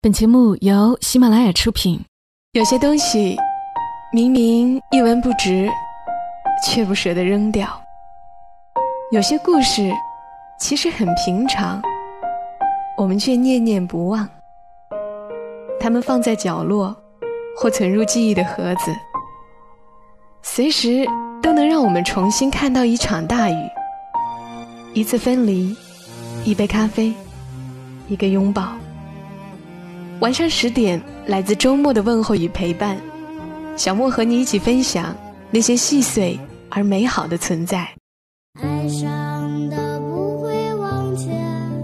本节目由喜马拉雅出品。有些东西明明一文不值，却不舍得扔掉；有些故事其实很平常，我们却念念不忘。它们放在角落，或存入记忆的盒子，随时都能让我们重新看到一场大雨，一次分离，一杯咖啡，一个拥抱。晚上10点，来自周末的问候与陪伴，小莫和你一起分享那些细碎而美好的存在。 爱上的不会忘却，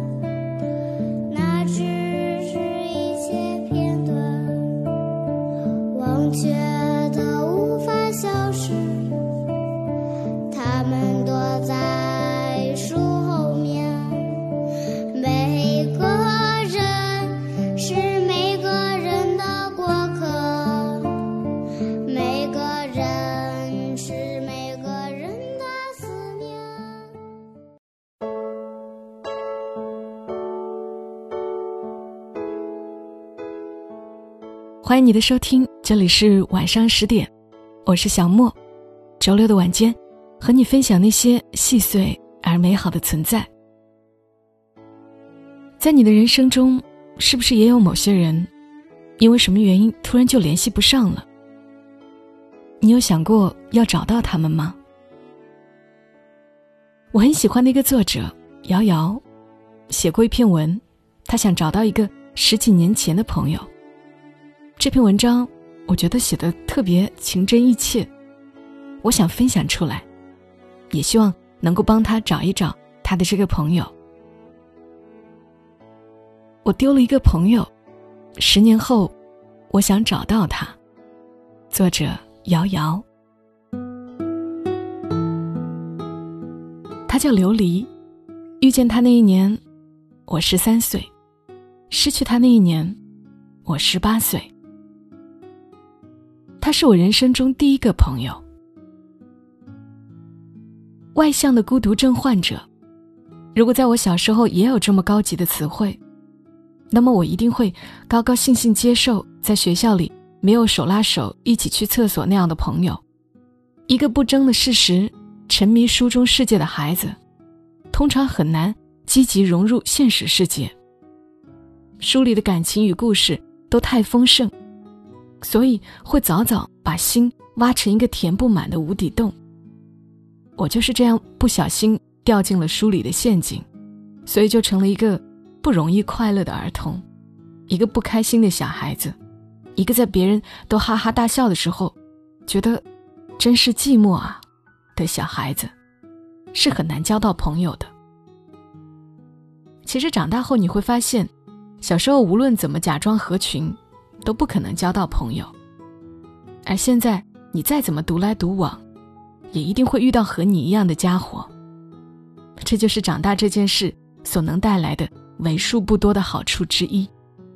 那只是一些片段，忘却的无法消失，它们躲在树后面。每个人是每个人的过客，每个人是每个人的思念。 欢迎你的收听，这里是晚上10点，我是小莫。周六的晚间，和你分享那些细碎而美好的存在。在你的人生中，是不是也有某些人，因为什么原因突然就联系不上了？你有想过要找到他们吗？我很喜欢的一个作者瑶瑶，写过一篇文，他想找到一个10几年前的朋友。这篇文章我觉得写得特别情真意切，我想分享出来，也希望能够帮他找一找他的这个朋友。我丢了一个朋友，10年后我想找到他。作者瑶瑶。他叫琉璃，遇见他那一年我13岁，失去他那一年我18岁。他是我人生中第一个朋友。外向的孤独症患者，如果在我小时候也有这么高级的词汇，那么我一定会高高兴兴接受在学校里没有手拉手一起去厕所那样的朋友。一个不争的事实，沉迷书中世界的孩子通常很难积极融入现实世界。书里的感情与故事都太丰盛，所以会早早把心挖成一个填不满的无底洞。我就是这样不小心掉进了书里的陷阱，所以就成了一个不容易快乐的儿童，一个不开心的小孩子，一个在别人都哈哈大笑的时候觉得真是寂寞啊的小孩子，是很难交到朋友的。其实长大后你会发现，小时候无论怎么假装合群，都不可能交到朋友，而现在你再怎么独来独往，也一定会遇到和你一样的家伙。这就是长大这件事所能带来的为数不多的好处之一。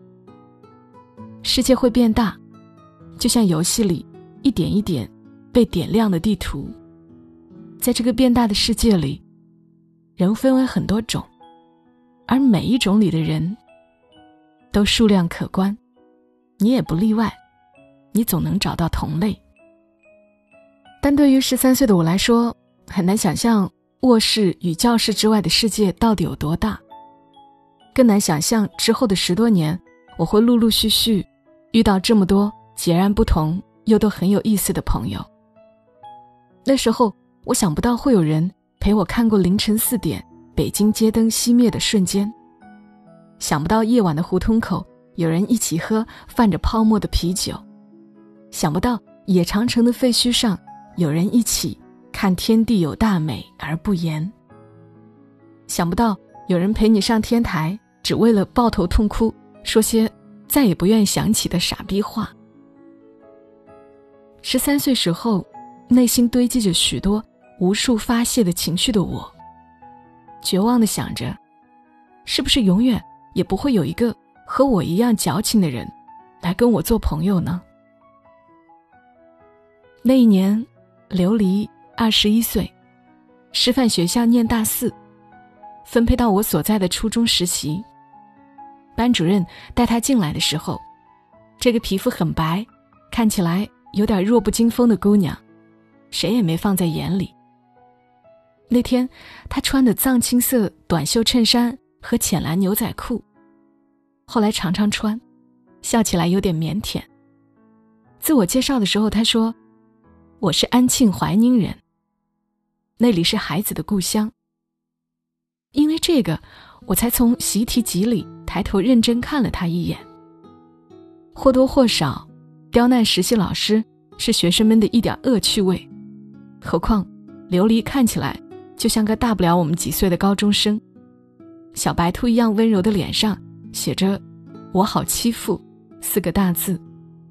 世界会变大，就像游戏里一点一点被点亮的地图。在这个变大的世界里，人分为很多种，而每一种里的人都数量可观，你也不例外，你总能找到同类。但对于13岁的我来说，很难想象卧室与教室之外的世界到底有多大，更难想象之后的10多年，我会陆陆续续遇到这么多截然不同又都很有意思的朋友。那时候我想不到会有人陪我看过凌晨4点北京街灯熄灭的瞬间，想不到夜晚的胡同口有人一起喝泛着泡沫的啤酒，想不到野长城的废墟上有人一起看天地有大美而不言，想不到有人陪你上天台只为了抱头痛哭，说些再也不愿想起的傻逼话。13岁时候，内心堆积着许多无数发泄的情绪的我，绝望地想着，是不是永远也不会有一个和我一样矫情的人来跟我做朋友呢？那一年，琉璃21岁，师范学校念大4，分配到我所在的初中实习。 班主任带她进来的时候，这个皮肤很白，看起来有点弱不禁风的姑娘，谁也没放在眼里。那天她穿的藏青色短袖衬衫和浅蓝牛仔裤，后来常常穿，笑起来有点腼腆。自我介绍的时候，她说：“我是安庆怀宁人，那里是孩子的故乡。”因为这个，我才从习题集里抬头认真看了她一眼。或多或少，刁难实习老师是学生们的一点恶趣味，何况琉璃看起来就像个大不了我们几岁的高中生，小白兔一样温柔的脸上写着“我好欺负”4个大字。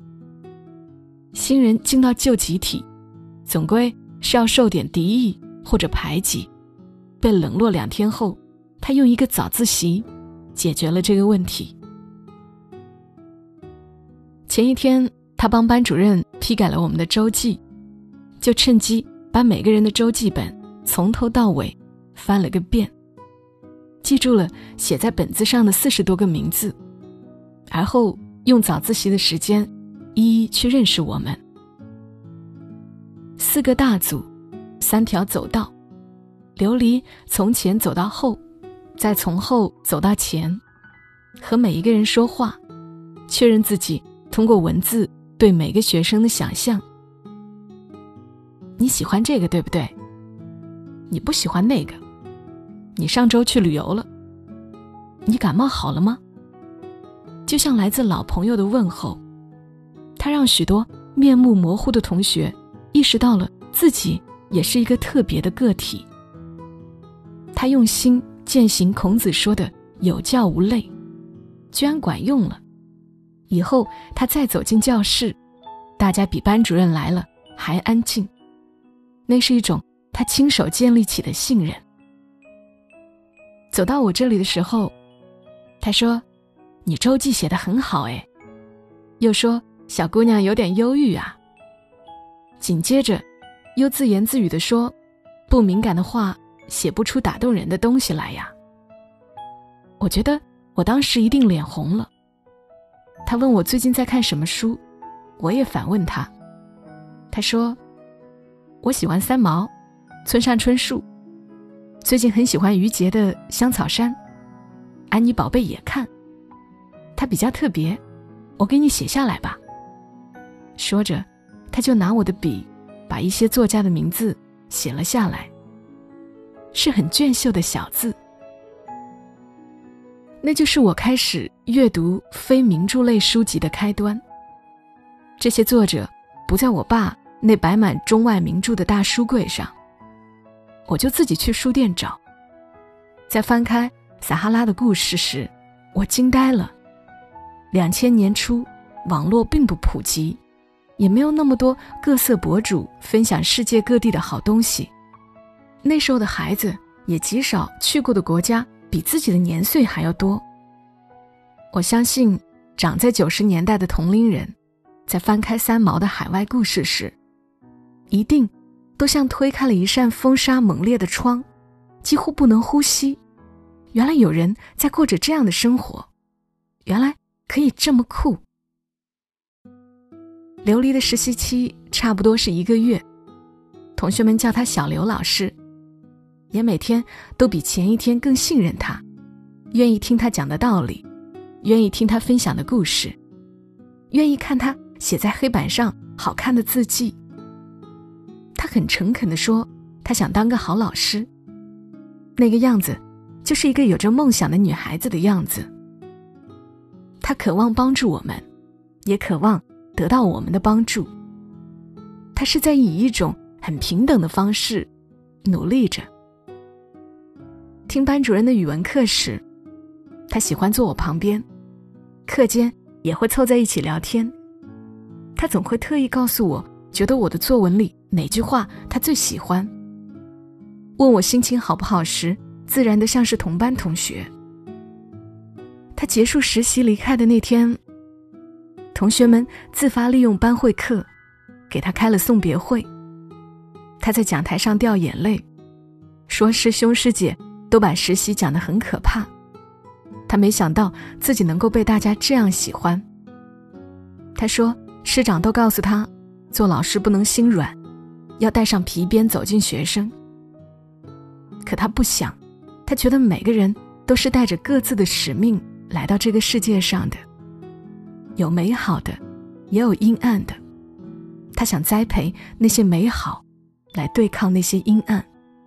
新人进到旧集体，总归是要受点敌意或者排挤。被冷落2天后，他用一个早自习解决了这个问题。前一天，他帮班主任批改了我们的周记，就趁机把每个人的周记本从头到尾翻了个遍，记住了写在本子上的40多个名字，而后用早自习的时间一一去认识我们。4个大组，3条走道，琉璃从前走到后，再从后走到前，和每一个人说话，确认自己通过文字对每个学生的想象。你喜欢这个对不对？你不喜欢那个？你上周去旅游了？你感冒好了吗？就像来自老朋友的问候，他让许多面目模糊的同学意识到了自己也是一个特别的个体。他用心践行孔子说的有教无类，居然管用了。以后他再走进教室，大家比班主任来了还安静，那是一种他亲手建立起的信任。走到我这里的时候，他说：“你周记写得很好哎。”又说：“小姑娘有点忧郁啊。”紧接着又自言自语地说：“不敏感的话写不出打动人的东西来呀。”我觉得我当时一定脸红了。他问我最近在看什么书，我也反问他。他说：“我喜欢三毛、村上春树，最近很喜欢于杰的《香草山》，安妮宝贝也看，他比较特别，我给你写下来吧。”说着，他就拿我的笔把一些作家的名字写了下来，是很娟秀的小字。那就是我开始阅读非名著类书籍的开端。这些作者不在我爸那摆满中外名著的大书柜上，我就自己去书店找。在翻开撒哈拉的故事时，我惊呆了。2000年初，网络并不普及，也没有那么多各色博主分享世界各地的好东西。那时候的孩子也极少去过的国家比自己的年岁还要多。我相信长在90年代的同龄人，在翻开三毛的海外故事时，一定都像推开了一扇风沙猛烈的窗，几乎不能呼吸。原来有人在过着这样的生活，原来可以这么酷。琉璃的实习期差不多是1个月，同学们叫他小刘老师，也每天都比前一天更信任他，愿意听他讲的道理，愿意听他分享的故事，愿意看他写在黑板上好看的字迹。他很诚恳地说，他想当个好老师，那个样子就是一个有着梦想的女孩子的样子。他渴望帮助我们，也渴望得到我们的帮助。他是在以一种很平等的方式努力着。听班主任的语文课时，他喜欢坐我旁边，课间也会凑在一起聊天。他总会特意告诉我，觉得我的作文里哪句话他最喜欢。问我心情好不好时，自然的像是同班同学。他结束实习离开的那天，同学们自发利用班会课给他开了送别会。他在讲台上掉眼泪，说师兄师姐都把实习讲得很可怕， 他没想到自己能够被大家这样喜欢。他说师长都告诉他，做老师不能心软，要带上皮鞭走进学生。可他不想，他觉得每个人都是带着各自的使命来到这个世界上的，有美好的，也有阴暗的。他想栽培那些美好，来对抗那些阴暗。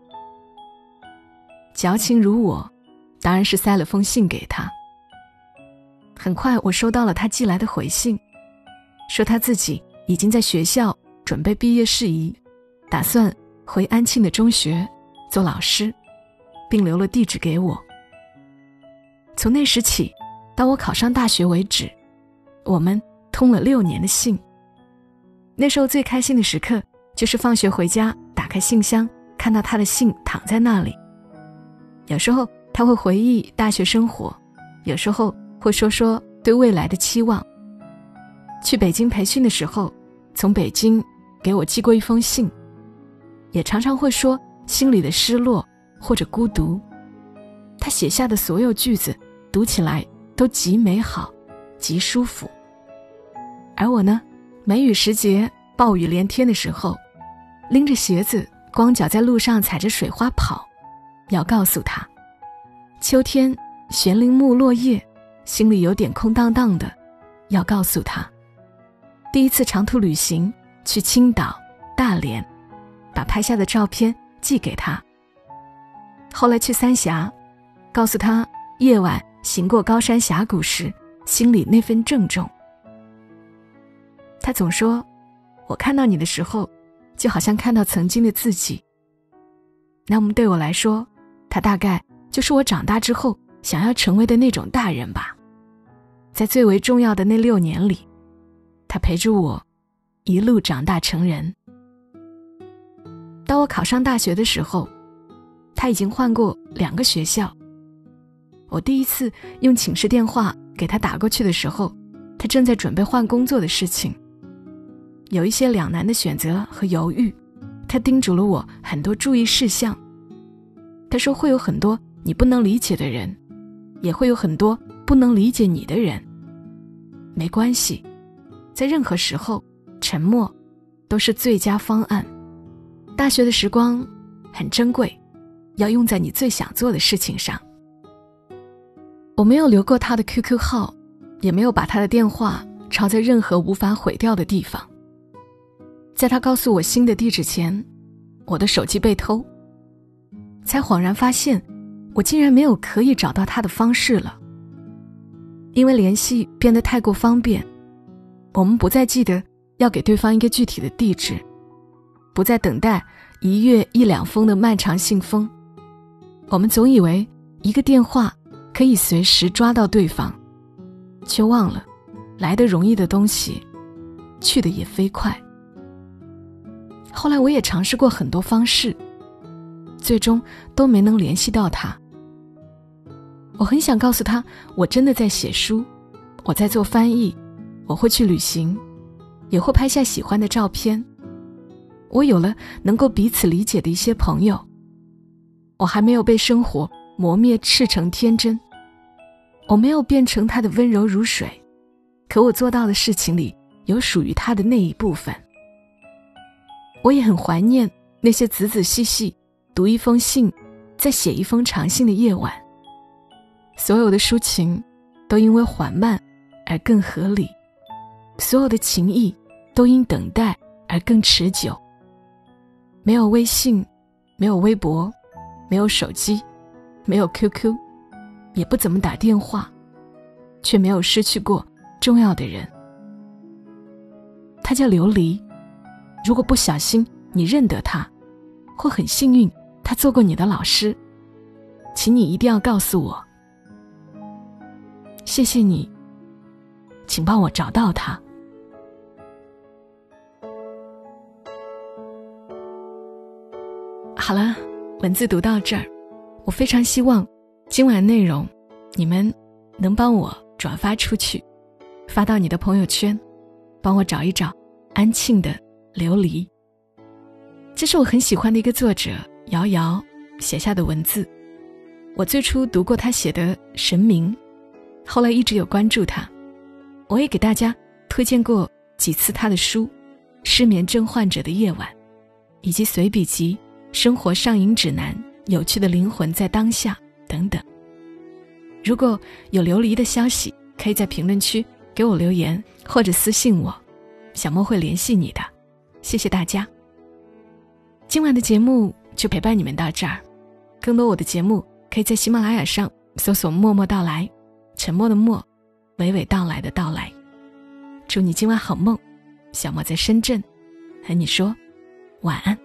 矫情如我，当然是塞了封信给他。很快我收到了他寄来的回信，说他自己已经在学校准备毕业事宜，打算回安庆的中学做老师，并留了地址给我。从那时起到我考上大学为止，我们通了6年的信。那时候最开心的时刻就是放学回家，打开信箱，看到他的信躺在那里。有时候他会回忆大学生活，有时候会说说对未来的期望。去北京培训的时候，从北京给我寄过一封信，也常常会说心里的失落或者孤独。他写下的所有句子读起来都极美好，极舒服。而我呢，梅雨时节，暴雨连天的时候，拎着鞋子，光脚在路上踩着水花跑，要告诉他，秋天悬铃木落叶，心里有点空荡荡的，要告诉他，第一次长途旅行去青岛、大连，把拍下的照片寄给他。后来去三峡，告诉他夜晚行过高山峡谷时，心里那份郑重。他总说，我看到你的时候，就好像看到曾经的自己。那么对我来说，他大概就是我长大之后想要成为的那种大人吧。在最为重要的那6年里，他陪着我一路长大成人。当我考上大学的时候，他已经换过2个学校。我第一次用寝室电话给他打过去的时候，他正在准备换工作的事情，有一些两难的选择和犹豫。他叮嘱了我很多注意事项。他说会有很多你不能理解的人，也会有很多不能理解你的人。没关系，在任何时候，沉默都是最佳方案。大学的时光很珍贵，要用在你最想做的事情上。我没有留过他的 QQ 号，也没有把他的电话抄在任何无法毁掉的地方。在他告诉我新的地址前，我的手机被偷，才恍然发现我竟然没有可以找到他的方式了。因为联系变得太过方便，我们不再记得要给对方一个具体的地址，不再等待1月1、2封的漫长信封。我们总以为一个电话可以随时抓到对方，却忘了来得容易的东西，去得也飞快。后来我也尝试过很多方式，最终都没能联系到他。我很想告诉他，我真的在写书，我在做翻译，我会去旅行，也会拍下喜欢的照片。我有了能够彼此理解的一些朋友，我还没有被生活磨灭赤诚天真，我没有变成他的温柔如水，可我做到的事情里有属于他的那一部分。我也很怀念那些仔仔细细读一封信，再写一封长信的夜晚。所有的抒情都因为缓慢而更合理，所有的情谊都因等待而更持久。没有微信，没有微博，没有手机，没有 QQ， 也不怎么打电话，却没有失去过重要的人。他叫琉璃，如果不小心你认得他，或很幸运他做过你的老师，请你一定要告诉我。谢谢你，请帮我找到他。好了，文字读到这儿，我非常希望今晚内容你们能帮我转发出去，发到你的朋友圈，帮我找一找安庆的琉璃。这是我很喜欢的一个作者瑶瑶写下的文字。我最初读过他写的《神明》， 后来一直有关注他，我也给大家推荐过几次他的书《失眠症患者的夜晚》，以及随笔集《生活上瘾指南》《有趣的灵魂在当下》等等。如果有流离的消息，可以在评论区给我留言或者私信我，小莫会联系你的。谢谢大家。今晚的节目就陪伴你们到这儿，更多我的节目可以在喜马拉雅上搜索默默到来，沉默的默，娓娓道来的到来。祝你今晚好梦，小莫在深圳和你说晚安。